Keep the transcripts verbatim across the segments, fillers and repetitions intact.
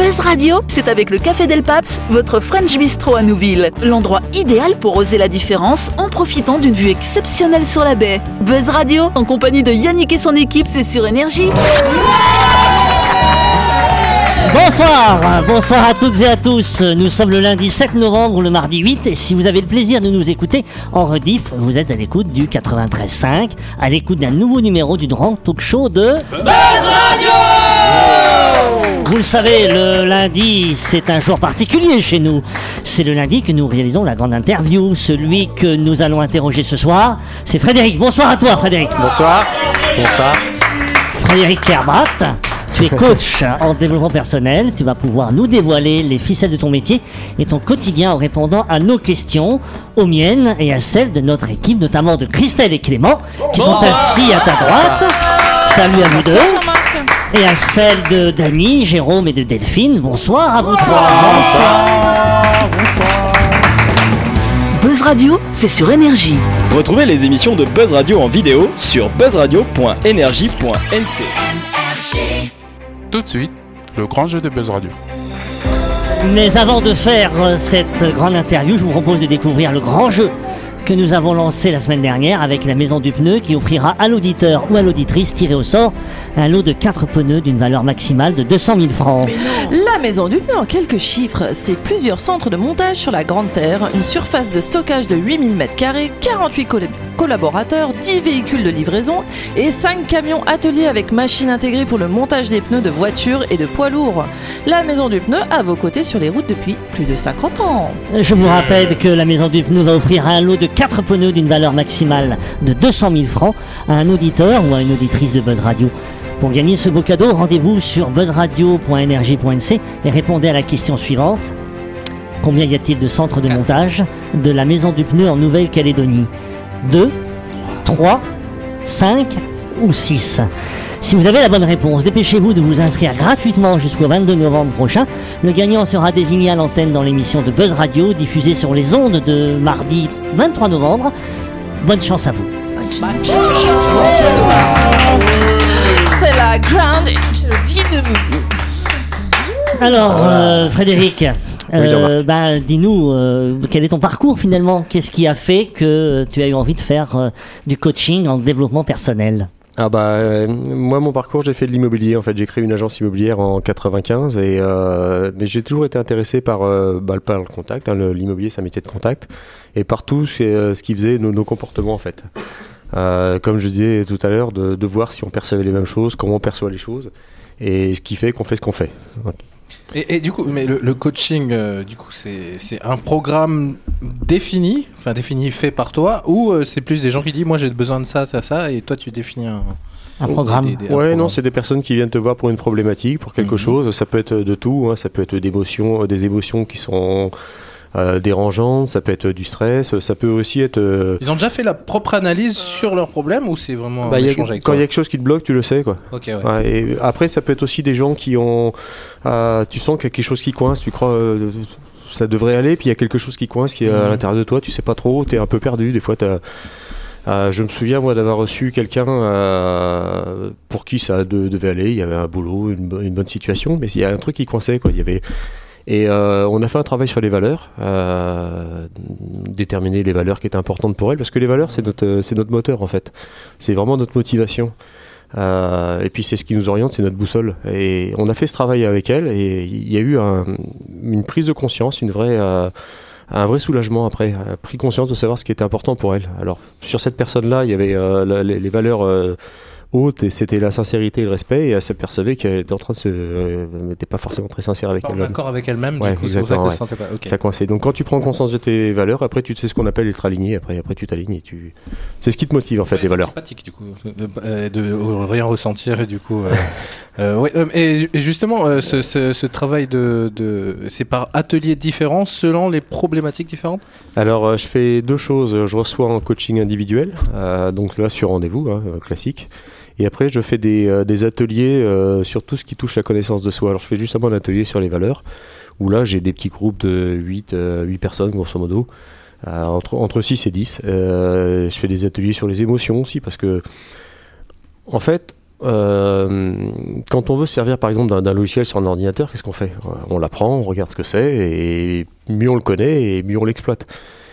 Buzz Radio, c'est avec le Café Del Paps, votre French Bistro à Nouville. L'endroit idéal pour oser la différence en profitant d'une vue exceptionnelle sur la baie. Buzz Radio, en compagnie de Yannick et son équipe, c'est sur Énergie. Bonsoir, bonsoir à toutes et à tous. Nous sommes le lundi sept novembre ou le mardi huit et si vous avez le plaisir de nous écouter en rediff, vous êtes à l'écoute du quatre-vingt-treize cinq, à l'écoute d'un nouveau numéro du grand talk show de Buzz Radio. Vous le savez, le lundi, c'est un jour particulier chez nous. C'est le lundi que nous réalisons la grande interview. Celui que nous allons interroger ce soir, c'est Frédéric. Bonsoir à toi, Frédéric. Bonsoir. Bonsoir. Frédéric Kerbrat. Tu es coach en développement personnel, tu vas pouvoir nous dévoiler les ficelles de ton métier et ton quotidien en répondant à nos questions, aux miennes et à celles de notre équipe, notamment de Christelle et Clément, qui sont assis à ta droite. Salut à vous deux. Et à celles de Dany, Jérôme et de Delphine. Bonsoir à vous trois. Bonsoir. Bonsoir. Buzz Radio, c'est sur Énergie. Retrouvez les émissions de Buzz Radio en vidéo sur buzz radio point énergie point n c. Tout de suite, le grand jeu de Buzz Radio. Mais avant de faire cette grande interview, je vous propose de découvrir le grand jeu que nous avons lancé la semaine dernière avec la Maison du Pneu qui offrira à l'auditeur ou à l'auditrice tiré au sort un lot de quatre pneus d'une valeur maximale de deux cent mille francs. La Maison du Pneu, en quelques chiffres, c'est plusieurs centres de montage sur la Grande Terre, une surface de stockage de huit mille mètres carrés, quarante-huit coll- collaborateurs, dix véhicules de livraison et cinq camions ateliers avec machines intégrées pour le montage des pneus de voitures et de poids lourds. La Maison du Pneu à vos côtés sur les routes depuis plus de cinquante ans. Je vous rappelle que la Maison du Pneu va offrir un lot de quatre pneus d'une valeur maximale de deux cent mille francs à un auditeur ou à une auditrice de Buzz Radio. Pour gagner ce beau cadeau, rendez-vous sur buzz radio point énergie point n c et répondez à la question suivante. Combien y a-t-il de centres de montage de la Maison du Pneu en Nouvelle-Calédonie ? deux, trois, cinq ou six. Si vous avez la bonne réponse, dépêchez-vous de vous inscrire gratuitement jusqu'au vingt-deux novembre prochain. Le gagnant sera désigné à l'antenne dans l'émission de Buzz Radio, diffusée sur les ondes de mardi vingt-trois novembre. Bonne chance à vous. Bonne chance. C'est la grande interview. Alors, euh, Frédéric, euh, bah, dis-nous, euh, quel est ton parcours finalement ? Qu'est-ce qui a fait que tu as eu envie de faire euh, du coaching en développement personnel ? Ah bah euh, moi mon parcours, j'ai fait de l'immobilier en fait, j'ai créé une agence immobilière en quatre-vingt-quinze et euh, mais j'ai toujours été intéressé par euh, bah, par le contact, hein, le, l'immobilier c'est un métier de contact et partout c'est euh, ce qui faisait nos, nos comportements en fait. Euh, comme je disais tout à l'heure, de, de voir si on percevait les mêmes choses, comment on perçoit les choses et ce qui fait qu'on fait ce qu'on fait. Okay. Et, et du coup, mais le, le coaching, euh, du coup, c'est, c'est un programme défini, enfin défini, fait par toi, ou euh, c'est plus des gens qui disent, moi j'ai besoin de ça, ça, ça, et toi tu définis un, un programme. Des, des, un ouais, programme. Non, c'est des personnes qui viennent te voir pour une problématique, pour quelque mm-hmm. chose. Ça peut être de tout, hein, ça peut être d'émotions, des émotions qui sont euh, dérangeantes, ça peut être du stress, ça peut aussi être. Euh... Ils ont déjà fait la propre analyse sur leurs problèmes ou c'est vraiment bah, un y a, échange avec quand il toi. y a quelque chose qui te bloque, tu le sais quoi. Ok, ouais. Ouais, et après, ça peut être aussi des gens qui ont. Euh, tu sens qu'il y a quelque chose qui coince, tu crois euh, ça devrait aller, puis il y a quelque chose qui coince qui est mmh. à l'intérieur de toi, tu sais pas trop, tu es un peu perdu, des fois t'as, euh, je me souviens moi d'avoir reçu quelqu'un euh, pour qui ça de, devait aller, il y avait un boulot, une, une bonne situation, mais il y a un truc qui coinçait quoi, il y avait... Et euh, on a fait un travail sur les valeurs, euh, déterminer les valeurs qui étaient importantes pour elle, parce que les valeurs c'est notre, c'est notre moteur en fait, c'est vraiment notre motivation. Euh, et puis c'est ce qui nous oriente, c'est notre boussole. Et on a fait ce travail avec elle et il y a eu un, une prise de conscience, une vraie, euh, un vrai soulagement après. Elle a pris conscience de savoir ce qui était important pour elle. Alors sur cette personne-là, il y avait euh, la, les, les valeurs euh, hautes et c'était la sincérité et le respect. Et elle s'apercevait qu'elle était en train de se, euh, n'était pas forcément très sincère avec elle. Pas d'accord avec elle-même. Ouais, du coup, c'est pour ça qu'elle ouais. se sentait pas. Okay. Ça coinçait. Donc quand tu prends conscience de tes valeurs, après tu sais ce qu'on appelle être aligné. Après, après tu t'alignes et tu. C'est ce qui te motive en fait, ouais, les valeurs. Sympathique du coup, de, de, de rien ressentir et du coup. Euh, euh, ouais, euh, et justement, euh, ce, ce, ce travail de, de, c'est par ateliers différents selon les problématiques différentes. Alors euh, je fais deux choses. Je reçois un coaching individuel, euh, donc là sur rendez-vous, hein, classique. Et après, je fais des, euh, des ateliers euh, sur tout ce qui touche la connaissance de soi. Alors, je fais justement un atelier sur les valeurs, où là, j'ai des petits groupes de huit, euh, huit personnes, grosso modo, euh, entre, entre six et dix. Euh, je fais des ateliers sur les émotions aussi, parce que, en fait, euh, quand on veut servir par exemple d'un, d'un logiciel sur un ordinateur, qu'est-ce qu'on fait ? On l'apprend, on regarde ce que c'est, et mieux on le connaît, et mieux on l'exploite.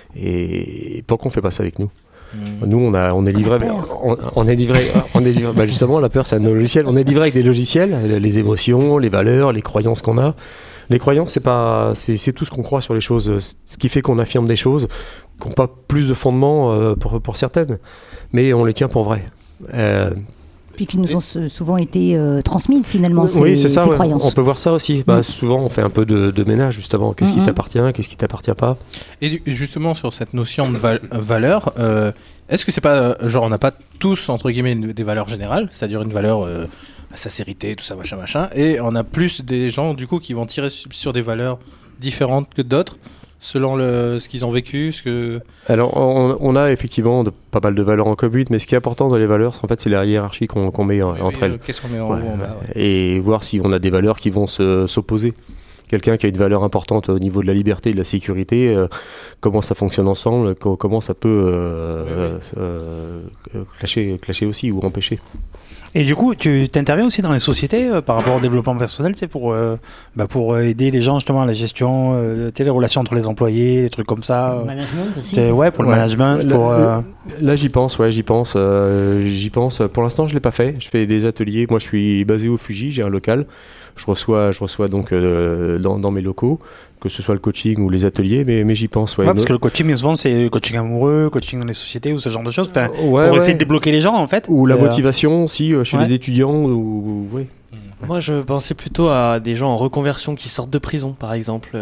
Et pourquoi on fait pas ça avec nous ? Mmh. Nous, on, a, on est livré, on, on est livré, on est livré. Bah justement, la peur, c'est un logiciel. On est livré avec des logiciels, les émotions, les valeurs, les croyances qu'on a. Les croyances, c'est pas, c'est, c'est tout ce qu'on croit sur les choses. Ce qui fait qu'on affirme des choses qui n'ont pas plus de fondement euh, pour, pour certaines, mais on les tient pour vraies. Euh, Puis qui nous ont souvent été euh, transmises finalement, ces, oui, c'est ça, ces ouais. croyances. On peut voir ça aussi. Bah, mmh. Souvent, on fait un peu de, de ménage justement. Qu'est-ce mmh. qui t'appartient, qu'est-ce qui t'appartient pas. Et justement sur cette notion de val- valeur, euh, est-ce que c'est pas genre on n'a pas tous entre guillemets des valeurs générales, c'est-à-dire une valeur euh, la sincérité, tout ça, machin, machin, et on a plus des gens du coup qui vont tirer sur des valeurs différentes que d'autres selon le, ce qu'ils ont vécu, ce que... Alors, on, on a effectivement de, pas mal de valeurs en commun, mais ce qui est important dans les valeurs, c'est, en fait, c'est la hiérarchie qu'on, qu'on met en, oui, entre oui, elles. Qu'est-ce qu'on met en ouais, haut, en bas, ouais. Et voir si on a des valeurs qui vont se, s'opposer. Quelqu'un qui a une valeur importante au niveau de la liberté et de la sécurité, euh, comment ça fonctionne ensemble, comment ça peut euh, oui, oui. Euh, clasher, clasher aussi ou empêcher. Et du coup, tu t'interviens aussi dans les sociétés euh, par rapport au développement personnel, c'est pour euh, bah pour aider les gens justement à la gestion, euh, les relations entre les employés, des trucs comme ça. Le management aussi. C'est, ouais, pour ouais. le management. Là, pour, euh... là, j'y pense, ouais, j'y pense, euh, j'y pense. Pour l'instant, je l'ai pas fait. Je fais des ateliers. Moi, je suis basé au Fuji, j'ai un local. Je reçois, je reçois donc euh, dans, dans mes locaux, que ce soit le coaching ou les ateliers, mais, mais j'y pense. Ouais, ouais parce que le coaching, souvent, c'est coaching amoureux, coaching dans les sociétés ou ce genre de choses, enfin, ouais, pour ouais. essayer de débloquer les gens, en fait. Ou la euh... motivation aussi chez ouais. les étudiants. Ou, ouais. Moi, je pensais plutôt à des gens en reconversion qui sortent de prison, par exemple.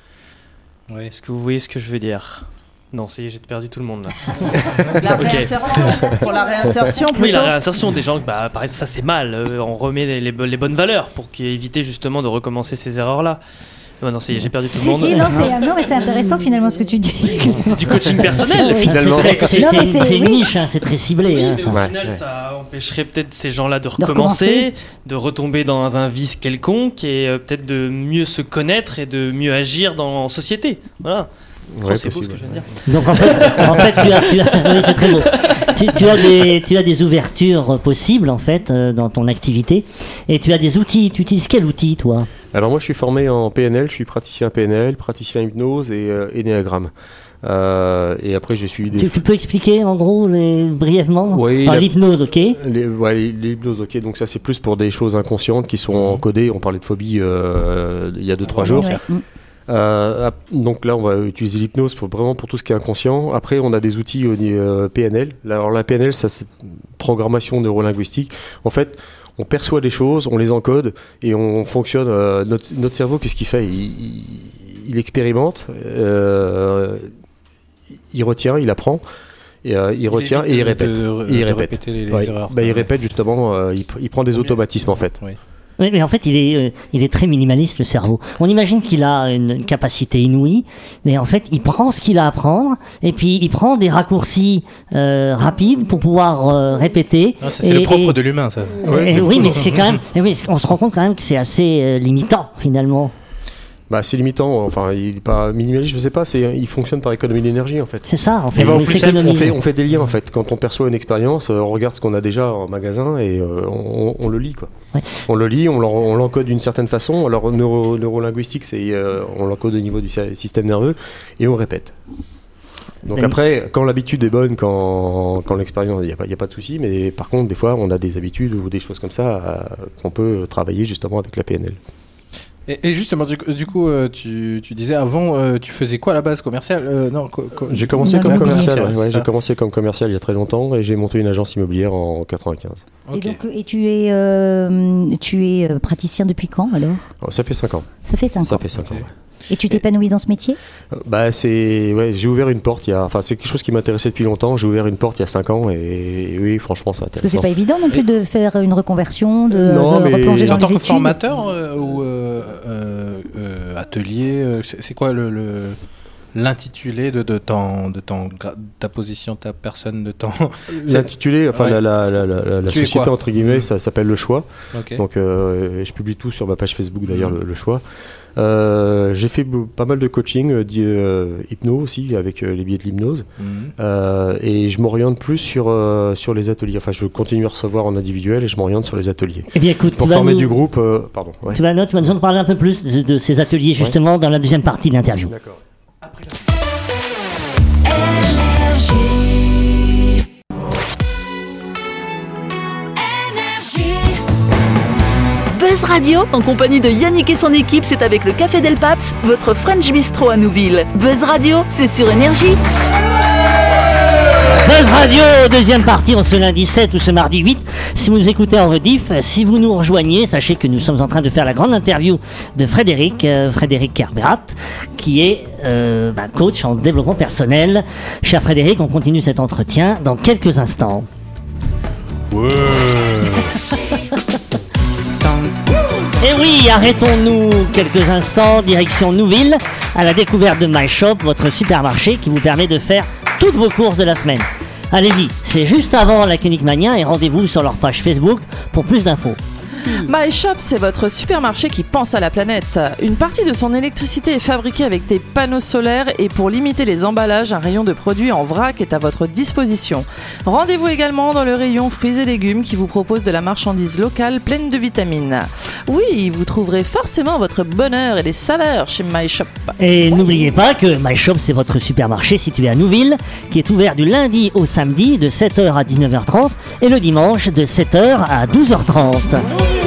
Ouais. Est-ce que vous voyez ce que je veux dire ? Non, c'est, j'ai perdu tout le monde là. La réinsertion, okay. Pour la réinsertion plutôt. Oui, la réinsertion des gens, bah, par exemple, ça c'est mal. Euh, on remet les, les, les bonnes valeurs pour éviter justement de recommencer ces erreurs-là. Non, non, c'est, j'ai perdu tout si, le monde. Si, non, c'est, non, mais c'est intéressant finalement ce que tu dis. C'est du coaching personnel oui, finalement. C'est, très, c'est, non, c'est, c'est, c'est une oui. niche, hein, c'est très ciblé. Oui, hein, mais ça. Au Ouais. final, ouais. ça empêcherait peut-être ces gens-là de recommencer, de, recommencer. de retomber dans un vice quelconque et euh, peut-être de mieux se connaître et de mieux agir dans en société. Voilà. Ouais, oh, c'est beau ce que je viens de dire. Donc en fait, en fait tu as, tu as, oui, c'est très beau. Tu, tu as des, tu as des ouvertures possibles en fait euh, dans ton activité, et tu as des outils. Tu utilises quel outil, toi ? Alors moi, je suis formé en P N L, je suis praticien P N L, praticien hypnose et euh, énéagramme. Euh, et après, j'ai suivi des. Tu, tu peux expliquer en gros les, brièvement ? Oui. Enfin, la... L'hypnose, ok. Les, ouais, l'hypnose, ok. Donc ça, c'est plus pour des choses inconscientes qui sont encodées. On parlait de phobie euh, il y a deux trois jours. Ouais. Euh, donc là, on va utiliser l'hypnose pour vraiment pour tout ce qui est inconscient. Après, on a des outils euh, P N L. Alors la P N L, ça c'est programmation neurolinguistique. En fait, on perçoit des choses, on les encode et on fonctionne. Euh, notre, notre cerveau, qu'est-ce qu'il fait ? il, il, il expérimente, euh, il retient, il apprend. Et, euh, il, il retient et il répète. De, de, et il de répète. Les, les ouais. erreurs, bah, il répète justement. Euh, il, il prend des automatismes en fait. Oui. Oui, mais en fait, il est, euh, il est très minimaliste, le cerveau. On imagine qu'il a une, une capacité inouïe, mais en fait, il prend ce qu'il a à prendre, et puis il prend des raccourcis euh, rapides pour pouvoir euh, répéter. Non, ça, c'est et, le propre et, de l'humain, ça. Ouais, et, oui, cool. Mais c'est quand même. Et oui, on se rend compte quand même que c'est assez euh, limitant, finalement. Bah, c'est limitant, enfin, il n'est pas minimaliste, je sais pas, c'est, il fonctionne par économie d'énergie en fait. C'est ça, en fait, on, on, fait on fait des liens en fait. Quand on perçoit une expérience, on regarde ce qu'on a déjà en magasin et euh, on, on le lit quoi. Ouais. On le lit, on, on l'encode d'une certaine façon. Alors, neuro, neurolinguistique, c'est, euh, on l'encode au niveau du système nerveux et on répète. Donc ben après, quand l'habitude est bonne, quand, quand l'expérience, il n'y a, a pas de souci, mais par contre, des fois, on a des habitudes ou des choses comme ça euh, qu'on peut travailler justement avec la P N L. Et, et justement, du, du coup, euh, tu, tu disais avant, euh, tu faisais quoi à la base, commercial euh, Non, co- co- j'ai commencé comme commercial. commercial ouais, j'ai commencé comme commercial il y a très longtemps et j'ai monté une agence immobilière en quatre-vingt-quinze. Et okay. donc, et tu es, euh, tu es praticien depuis quand alors ? Oh, ça fait cinq ans. Ça fait cinq ça ans. Ça fait cinq okay. ans. Ouais. Et tu t'épanouis dans ce métier ? Bah c'est ouais, j'ai ouvert une porte il y a enfin c'est quelque chose qui m'intéressait depuis longtemps, j'ai ouvert une porte il y a cinq ans et, et oui, franchement c'est intéressant. Parce que c'est pas évident non plus de faire une reconversion, de non, se replonger dans les études. En tant que formateur euh, ou euh, euh, euh, atelier, euh, c'est, c'est quoi le, le l'intitulé de, de, ton, de ton, ta position, ta personne, de ton... L'intitulé, enfin ouais. la, la, la, la, la société entre guillemets, ça s'appelle Le Choix. Okay. Donc euh, je publie tout sur ma page Facebook d'ailleurs, mmh. le, le Choix. Euh, j'ai fait b- pas mal de coaching, euh, di- euh, hypno aussi, avec euh, les biais de l'hypnose. Mhm. Euh, et je m'oriente plus sur, euh, sur les ateliers. Enfin, je continue à recevoir en individuel et je m'oriente sur les ateliers. Eh bien, écoute, Pour tu vas former nous- du groupe, euh, pardon. ouais. Tu vas, non, tu vas nous en parler un peu plus de, de ces ateliers justement dans la deuxième partie de l'interview. D'accord. Buzz Radio, en compagnie de Yannick et son équipe, c'est avec le Café Del Paps, votre French Bistro à Nouville. Buzz Radio, c'est sur Énergie. Buzz Radio, deuxième partie en ce lundi sept ou ce mardi huit. Si vous nous écoutez en rediff, si vous nous rejoignez, sachez que nous sommes en train de faire la grande interview de Frédéric, euh, Frédéric Kerbrat, qui est euh, bah, coach en développement personnel. Cher Frédéric, on continue cet entretien dans quelques instants. Ouais. Et oui, arrêtons-nous quelques instants, direction Nouville, à la découverte de MyShop, votre supermarché qui vous permet de faire toutes vos courses de la semaine. Allez-y, c'est juste avant la Clinique Mania et rendez-vous sur leur page Facebook pour plus d'infos. MyShop, c'est votre supermarché qui pense à la planète. Une partie de son électricité est fabriquée avec des panneaux solaires et pour limiter les emballages, un rayon de produits en vrac est à votre disposition. Rendez-vous également dans le rayon fruits et légumes qui vous propose de la marchandise locale pleine de vitamines. Oui, vous trouverez forcément votre bonheur et des saveurs chez MyShop. Et n'oubliez pas que MyShop, c'est votre supermarché situé à Nouville, qui est ouvert du lundi au samedi de sept heures à dix-neuf heures trente et le dimanche de sept heures à douze heures trente.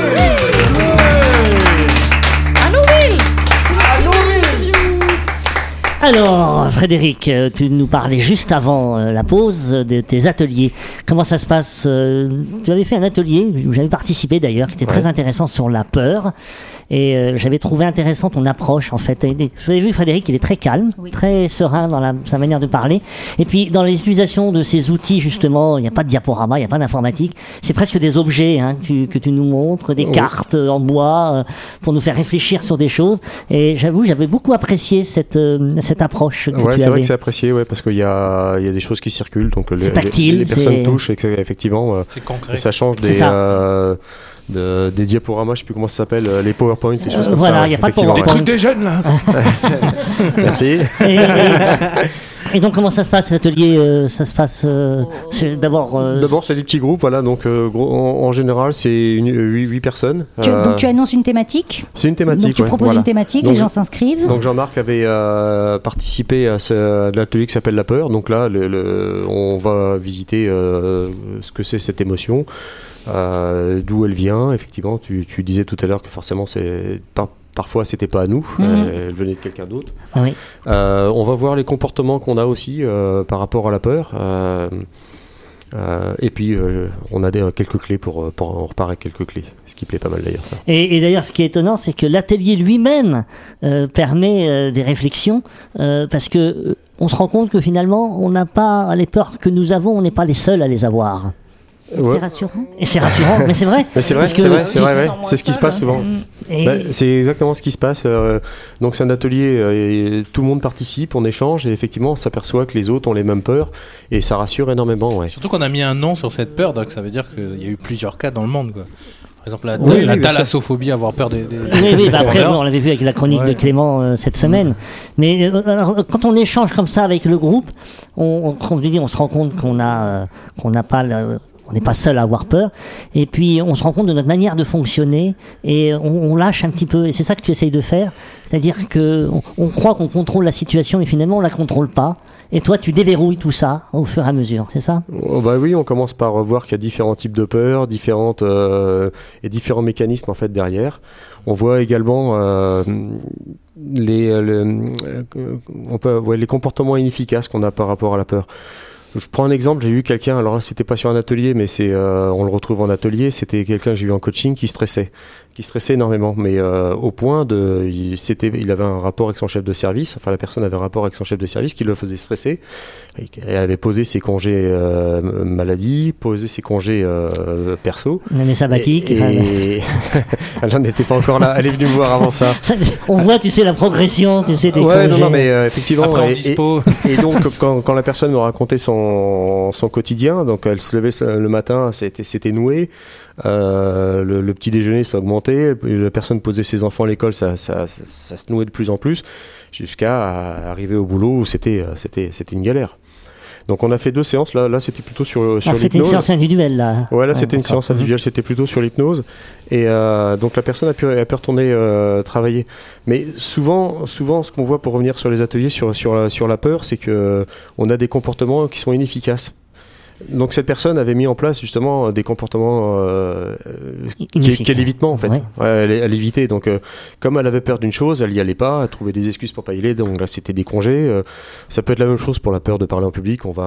Alors, Frédéric, euh, tu nous parlais juste avant euh, la pause euh, de tes ateliers. Comment ça se passe euh, Tu avais fait un atelier où j'avais participé d'ailleurs, qui était très Ouais. intéressant sur la peur. Et euh, j'avais trouvé intéressant ton approche en fait. Et, vous avez vu Frédéric, il est très calme, Oui. très serein dans la, sa manière de parler. Et puis dans l'utilisation de ces outils justement, il n'y a pas de diaporama, il n'y a pas d'informatique. C'est presque des objets hein, que, tu, que tu nous montres, des Oui. cartes euh, en bois euh, pour nous faire réfléchir sur des choses. Et j'avoue, j'avais beaucoup apprécié cette, euh, cette approche que Ouais, tu c'est avais. vrai que c'est apprécié, ouais, parce qu'il y a, il y a des choses qui circulent, donc les, C'est tactile, les, les personnes c'est- touchent, et que c'est- effectivement, euh, C'est concret. et ça change C'est des, ça. euh, de- des diaporamas, je sais plus comment ça s'appelle, euh, les PowerPoint, les choses Euh, comme voilà, ça. il y a pas de effectivement, Les PowerPoint. trucs des jeunes là. Merci. Et, et- et donc comment ça se passe cet atelier euh, Ça se passe euh, c'est d'abord. euh, D'abord, c'est des petits groupes, voilà, donc euh, gros- en, en général, c'est huit personnes. Tu- Euh, Donc tu annonces une thématique. c'est une thématique, Donc tu ouais, proposes voilà. une thématique, Donc, les gens s'inscrivent. Donc Jean-Marc avait euh, participé à, ce, à l'atelier qui s'appelle la peur. Donc là, le, le- on va visiter euh, ce que c'est cette émotion, euh, d'où elle vient. Effectivement, tu, tu disais tout à l'heure que forcément, c'est par- parfois c'était pas à nous, Mhm. euh, elle venait de quelqu'un d'autre. Ah oui. Euh, on va voir les comportements qu'on a aussi euh, par rapport à la peur. euh, euh, et puis, euh, on a des, quelques clés pour, pour on repart avec quelques clés, ce qui plaît pas mal d'ailleurs ça. Et, et d'ailleurs, ce qui est étonnant, c'est que l'atelier lui-même euh, permet euh, des réflexions, euh, parce que euh, on se rend compte que finalement, on n'a pas les peurs que nous avons, on n'est pas les seuls à les avoir. C'est Ouais. rassurant. Et c'est rassurant, mais c'est vrai. Mais c'est vrai, Parce que- c'est vrai, c'est vrai, Tu te ouais. sens moins C'est ce qui se seul, passe hein. souvent. Et- Bah, c'est exactement ce qui se passe. euh, donc c'est un atelier, euh, et tout le monde participe, on échange et effectivement on s'aperçoit que les autres ont les mêmes peurs et ça rassure énormément. Ouais. Surtout qu'on a mis un nom sur cette peur, donc ça veut dire qu'il y a eu plusieurs cas dans le monde, quoi. Par exemple, la, Oui, la oui, bien thalassophobie, avoir peur des. des- Oui, oui, bah après, des on l'avait vu avec la chronique Ouais. de Clément euh, cette semaine. Mais euh, alors, quand on échange comme ça avec le groupe, on, on, comme je dis, on se rend compte qu'on a, euh, qu'on n'a pas le- on n'est pas seul à avoir peur. Et puis, on se rend compte de notre manière de fonctionner et on, on lâche un petit peu. Et c'est ça que tu essayes de faire. C'est-à-dire que on, on croit qu'on contrôle la situation et finalement, on la contrôle pas. Et toi, tu déverrouilles tout ça au fur et à mesure, c'est ça? Oh, bah oui, on commence par voir qu'il y a différents types de peurs, différentes euh, et différents mécanismes en fait derrière. On voit également euh, les, euh, le- euh, on peut, ouais, les comportements inefficaces qu'on a par rapport à la peur. Je prends un exemple, j'ai eu quelqu'un, alors là c'était pas sur un atelier, mais c'est, euh, on le retrouve en atelier, c'était quelqu'un que j'ai eu en coaching qui stressait, qui stressait énormément, mais euh, au point de, il, c'était, il avait un rapport avec son chef de service, enfin la personne avait un rapport avec son chef de service qui le faisait stresser. Elle avait posé ses congés euh, maladie, posé ses congés euh, perso. Une année sabbatique. Et, et... elle n'en était pas encore là, elle est venue me voir avant ça. Ça, on voit, tu sais, la progression, tu sais, des Ouais, non, congés. non, mais euh, effectivement. Après, en et, dispo. et, et donc, quand, quand la personne me racontait son, son quotidien, donc elle se levait le matin, c'était, c'était noué. Euh, le, le petit déjeuner s'augmentait montait, la personne posait ses enfants à l'école, ça, ça, ça, ça se nouait de plus en plus, jusqu'à arriver au boulot où c'était, c'était, c'était une galère. Donc on a fait deux séances, là, là c'était plutôt sur, sur ah, l'hypnose. C'était une séance individuelle là. Ouais, là ah, c'était une séance individuelle, c'était plutôt sur l'hypnose. Et euh, donc la personne a pu, a pu retourner euh, travailler. Mais souvent, souvent, ce qu'on voit pour revenir sur les ateliers, sur, sur, la, sur la peur, c'est qu'on a des comportements qui sont inefficaces. Donc cette personne avait mis en place justement des comportements euh, qui, qui est l'évitement en fait. Ouais. Ouais, elle, elle évitait. Donc euh, comme elle avait peur d'une chose, elle y allait pas, elle trouvait des excuses pour pas y aller. Donc là c'était des congés. Euh, ça peut être la même chose pour la peur de parler en public. On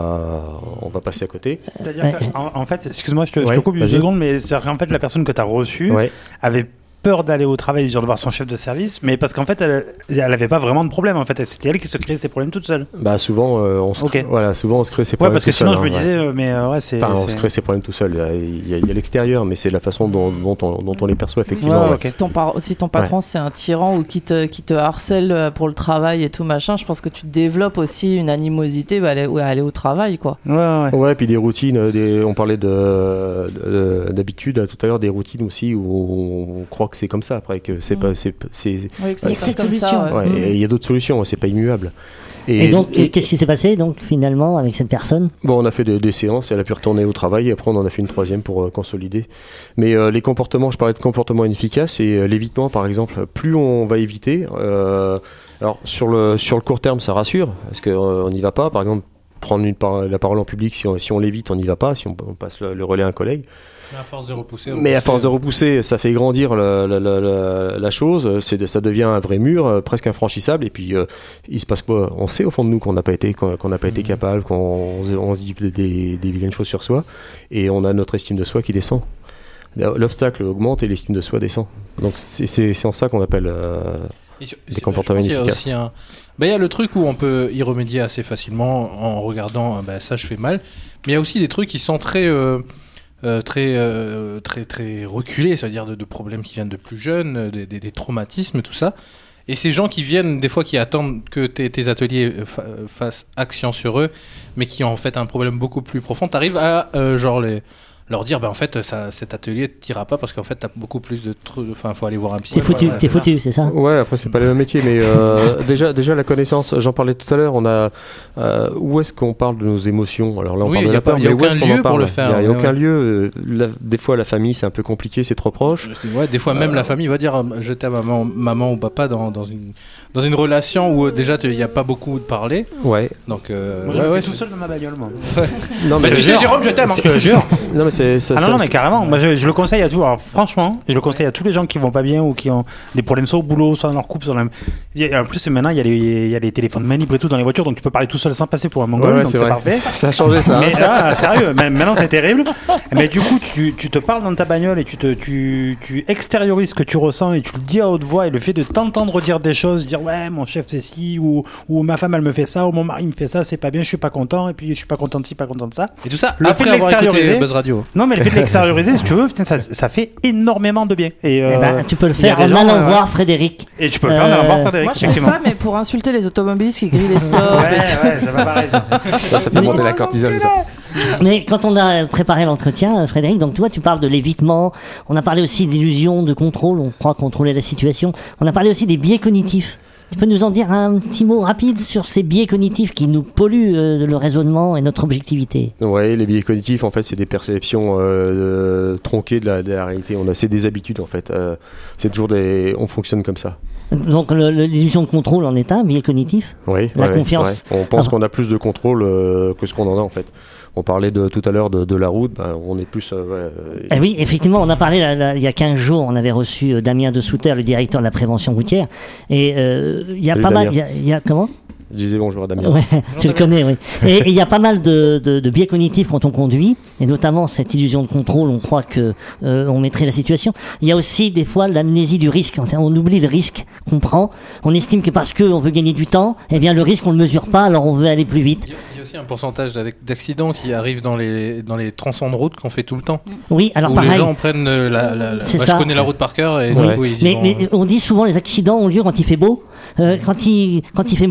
va on va passer à côté. C'est-à-dire qu'en en fait, excuse-moi, je te, ouais, je te coupe une seconde, mais c'est qu'en fait la personne que tu as reçue ouais. avait peur d'aller au travail, de voir son chef de service, mais parce qu'en fait, elle, elle avait pas vraiment de problème. En fait, c'était elle qui se créait ses problèmes toute seule. Bah souvent, euh, on se, okay. voilà, souvent on se crée ses problèmes. Ouais, parce que tout sinon seul, je me hein, disais, ouais. euh, mais euh, ouais, c'est. Enfin, on se crée ses problèmes tout seul. Il y a, a, a l'extérieur, mais c'est la façon dont, dont, on, dont on les perçoit effectivement. Ouais, ouais. Okay. Si ton, par- si ton patron ouais. c'est un tyran ou qui te, qui te harcèle pour le travail et tout machin, je pense que tu développes aussi une animosité bah, à, aller, à aller au travail, quoi. Ouais, ouais. Ouais, puis des routines. Des, on parlait de, de, d'habitude tout à l'heure, des routines aussi où on croit que c'est comme ça après. Que c'est mmh. pas c'est c'est oui, que ça c'est cette solution il ouais. ouais, mmh. y a d'autres solutions, c'est pas immuable. Et, et donc et, qu'est-ce qui s'est passé donc finalement avec cette personne? Bon, on a fait des, des séances, elle a pu retourner au travail et après on en a fait une troisième pour euh, consolider. Mais euh, les comportements, je parlais de comportements inefficaces et euh, l'évitement par exemple, plus on va éviter euh, alors sur le sur le court terme ça rassure parce que euh, on n'y va pas par exemple prendre une par- la parole en public si on, si on l'évite on n'y va pas si on, on passe le, le relais à un collègue. Mais à force de repousser, mais à force de repousser, ça fait grandir la, la, la, la, la chose. C'est de, ça devient un vrai mur, euh, presque infranchissable. Et puis, euh, il se passe quoi? On sait au fond de nous qu'on n'a pas été, qu'on, qu'on n'a pas mmh. été capable, qu'on on se dit des, des vilaines choses sur soi, et on a notre estime de soi qui descend. L'obstacle augmente et l'estime de soi descend. Donc, c'est, c'est, c'est en ça qu'on appelle euh, sur, des comportements inefficaces. Il y a un... bah, y a le truc où on peut y remédier assez facilement en regardant, bah, ça je fais mal. Mais il y a aussi des trucs qui sont très euh, Euh, très, euh, très, très reculés, c'est-à-dire de, de problèmes qui viennent de plus jeunes, euh, des, des, des traumatismes, tout ça. Et ces gens qui viennent, des fois, qui attendent que tes, tes ateliers fa- fassent action sur eux, mais qui ont en fait un problème beaucoup plus profond, t'arrives à euh, genre les... leur dire, bah, en fait, ça, cet atelier ne t'ira pas parce qu'en fait, t'as beaucoup plus de trucs. Enfin, il faut aller voir un psy. T'es foutu, ouais, t'es foutu, c'est ça? Ouais, après, c'est pas le même métier, mais euh, déjà, déjà, la connaissance, j'en parlais tout à l'heure, on a. Euh, où est-ce qu'on parle de nos émotions? Alors là, on oui, parle de la peur, mais où est-ce qu'on en parle? Il n'y a, y a aucun ouais. lieu. La, des fois, la famille, c'est un peu compliqué, c'est trop proche. Ouais, des fois, même euh, la famille va dire, je t'aime à maman, maman ou papa dans, dans, une, dans une relation où déjà, il n'y a pas beaucoup de parler. Ouais. Donc, euh, moi, ouais, je ouais, tout seul dans ma bagnole, moi. non, mais tu sais, Jérôme, je t'aime. Je te jure. Non, mais c'est ça. Ah non, non, mais carrément. Moi, je, je le conseille à tous. Alors, franchement, je le conseille à tous les gens qui vont pas bien ou qui ont des problèmes soit au boulot, soit dans leur couple. Soit dans la... En plus, maintenant, il y, y a les téléphones main libres et tout dans les voitures, donc tu peux parler tout seul sans passer pour un mongol. Ouais, ouais, donc c'est, c'est vrai. parfait. Ça a changé ça. Mais là, sérieux, maintenant c'est terrible. Mais du coup, tu, tu te parles dans ta bagnole et tu, te, tu, tu extériorises ce que tu ressens et tu le dis à haute voix. Et le fait de t'entendre dire des choses, dire ouais, mon chef c'est ci, ou, ou ma femme elle me fait ça, ou mon mari me fait ça, c'est pas bien, je suis pas content, et puis je suis pas content de ci, pas content de ça. Et tout ça, le après fait de avoir écouté Buzz Radio. Non, mais le fait de l'extérioriser, si tu veux, putain, ça, ça fait énormément de bien. Et, euh, eh ben, tu peux le faire en allant gens, voir euh, Frédéric. Et tu peux le faire en allant voir Frédéric. Moi, je fais ça, mais pour insulter les automobilistes qui grillent les stops. Ouais, ouais, ça va pareil. Ça, ça fait monter la cortisol, ça. Mais quand on a préparé l'entretien, Frédéric, donc toi, tu parles de l'évitement. On a parlé aussi d'illusion de contrôle. On croit contrôler la situation. On a parlé aussi des biais cognitifs. Tu peux nous en dire un petit mot rapide sur ces biais cognitifs qui nous polluent euh, le raisonnement et notre objectivité? Ouais, les biais cognitifs, en fait, c'est des perceptions euh, tronquées de la, de la réalité. On a, c'est des habitudes, en fait. Euh, c'est toujours des, on fonctionne comme ça. Donc le, le, l'illusion de contrôle en est un biais cognitif. Oui. La ouais, confiance. Ouais. On pense Alors, qu'on a plus de contrôle euh, que ce qu'on en a, en fait. On parlait de, tout à l'heure de, de la route, ben, on est plus... Euh, ouais, euh, eh oui, effectivement, on a parlé là, là, il y a quinze jours, on avait reçu euh, Damien de Souter, le directeur de la prévention routière, et euh, il y a Salut, pas Damien. mal... Il y a, comment ? Je disais bonjour à Damien. Ouais, tu le connais, oui. Et il y a pas mal de, de, de biais cognitifs quand on conduit, et notamment cette illusion de contrôle, on croit que euh, on maîtrise la situation. Il y a aussi des fois l'amnésie du risque, on oublie le risque qu'on prend, on estime que parce qu'on veut gagner du temps, eh bien le risque on ne le mesure pas, alors on veut aller plus vite. Il y a aussi un pourcentage d'accidents qui arrivent dans les, dans les tronçons de route qu'on fait tout le temps. Oui, alors où pareil. les gens prennent la... la, la, la... C'est Moi, ça. je connais la route par cœur. Et oui. du coup, ils mais, vont... mais on dit souvent les accidents ont lieu quand il fait beau, euh, quand, il, quand il fait mauvais, il y a du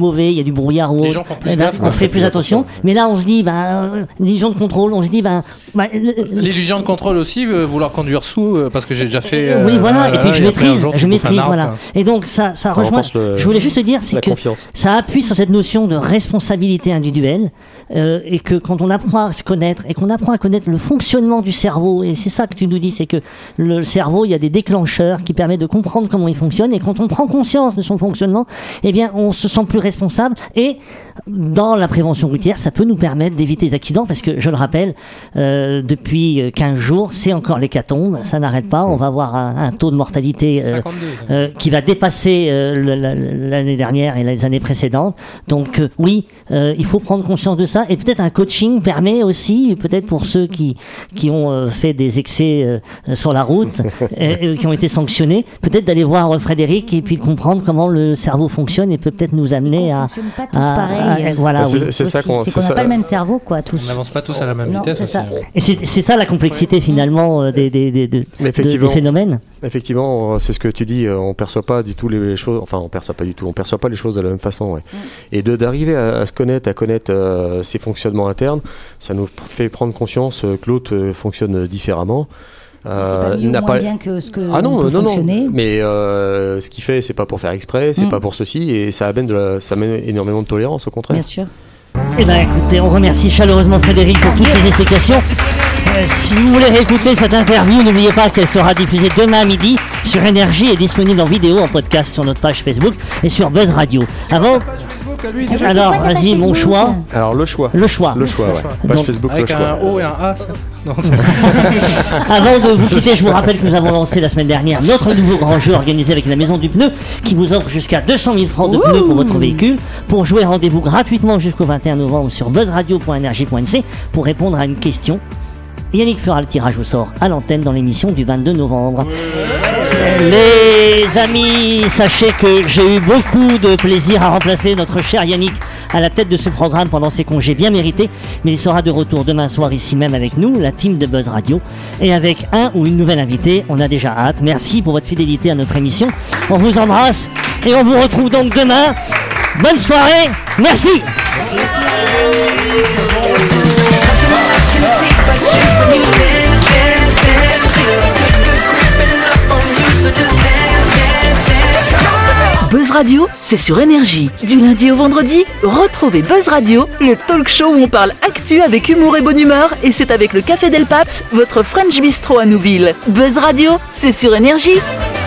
du brouillard ou Les autre, gens font plus eh ben, gaffe, on ouais. fait plus attention. Mais là, on se dit, bah, euh, l'illusion de contrôle, on se dit, bah, bah, euh, L'illusion de contrôle aussi, euh, vouloir conduire sous, euh, parce que j'ai déjà fait. euh, oui, voilà, ah là et puis là, je et après, un maîtrise, jour, tu je bouffes un maîtrise, arbre, voilà. quoi. Et donc ça, ça, Ça rejoint. renforce le- je voulais juste te dire, c'est la que confiance. ça appuie sur cette notion de responsabilité individuelle, euh, et que quand on apprend à se connaître et qu'on apprend à connaître le fonctionnement du cerveau, et c'est ça que tu nous dis, c'est que le cerveau, il y a des déclencheurs qui permettent de comprendre comment il fonctionne, et quand on prend conscience de son fonctionnement, eh bien, on se sent plus responsable, et dans la prévention routière, ça peut nous permettre d'éviter les accidents, parce que je le rappelle, euh, depuis quinze jours, c'est encore l'hécatombe, ça n'arrête pas, on va avoir un, un taux de mortalité euh, cinquante-deux. euh, qui va dépasser euh, le- la- l'année dernière et les années précédentes. Donc euh, oui, euh, il faut prendre conscience de ça, et peut-être un coaching permet aussi, peut-être pour ceux qui qui ont euh, fait des excès euh, sur la route et, et qui ont été sanctionnés, peut-être d'aller voir euh, Frédéric et puis de comprendre comment le cerveau fonctionne et peut peut-être nous amener On à, fonctionne pas tous à- pareil. à- voilà, Bah, c'est- oui. c'est ça Aussi, qu'on- c'est c'est qu'on n'a ça. pas le même cerveau, quoi, tous. On n'avance pas tous à la même Non, vitesse. c'est aussi, ça. hein. Et c'est c'est ça la complexité finalement euh, des, des, des, de- Mais de- effectivement, des phénomènes. effectivement, euh, c'est ce que tu dis. euh, On perçoit pas du tout les choses. Enfin, on perçoit pas du tout. On perçoit pas les choses de la même façon. Ouais. Et de d'arriver à, à se connaître, à connaître euh, ses fonctionnements internes, ça nous fait prendre conscience euh, que l'autre euh, fonctionne différemment. C'est pas mieux ou n'a moins bien que ce que Ah non, on peut non, fonctionner. non. Mais euh, ce qu'il fait, c'est pas pour faire exprès, c'est Mm. pas pour ceci, et ça amène, de la, ça amène énormément de tolérance, au contraire. Bien sûr. Eh bien écoutez, on remercie chaleureusement Frédéric pour toutes ces explications. Euh, si vous voulez réécouter cette interview, n'oubliez pas qu'elle sera diffusée demain à midi sur Énergie et disponible en vidéo, en podcast sur notre page Facebook et sur Buzz Radio. Avant, alors pas ta page vas-y, mon Facebook. choix, Alors, le choix. le choix. Le choix, ouais. Page Donc, Facebook, Avec le choix. un O et un A. ça- Non, Avant de vous quitter, je vous rappelle que nous avons lancé la semaine dernière notre nouveau grand jeu organisé avec la Maison du Pneu qui vous offre jusqu'à deux cent mille francs de pneus pour votre véhicule. Pour jouer, rendez-vous gratuitement jusqu'au vingt et un novembre sur buzzradio point énergie point n c pour répondre à une question. Yannick fera le tirage au sort à l'antenne dans l'émission du vingt-deux novembre. Les amis, sachez que j'ai eu beaucoup de plaisir à remplacer notre cher Yannick à la tête de ce programme pendant ses congés bien mérités, mais il sera de retour demain soir ici même avec nous, la team de Buzz Radio, et avec un ou une nouvelle invitée. On a déjà hâte. Merci pour votre fidélité à notre émission. On vous embrasse et on vous retrouve donc demain. Bonne soirée. Merci. Buzz Radio, c'est sur Énergie. Du lundi au vendredi, retrouvez Buzz Radio, le talk show où on parle actu avec humour et bonne humeur, et c'est avec le Café Del Paps, votre French Bistro à Nouville. Buzz Radio, c'est sur Énergie.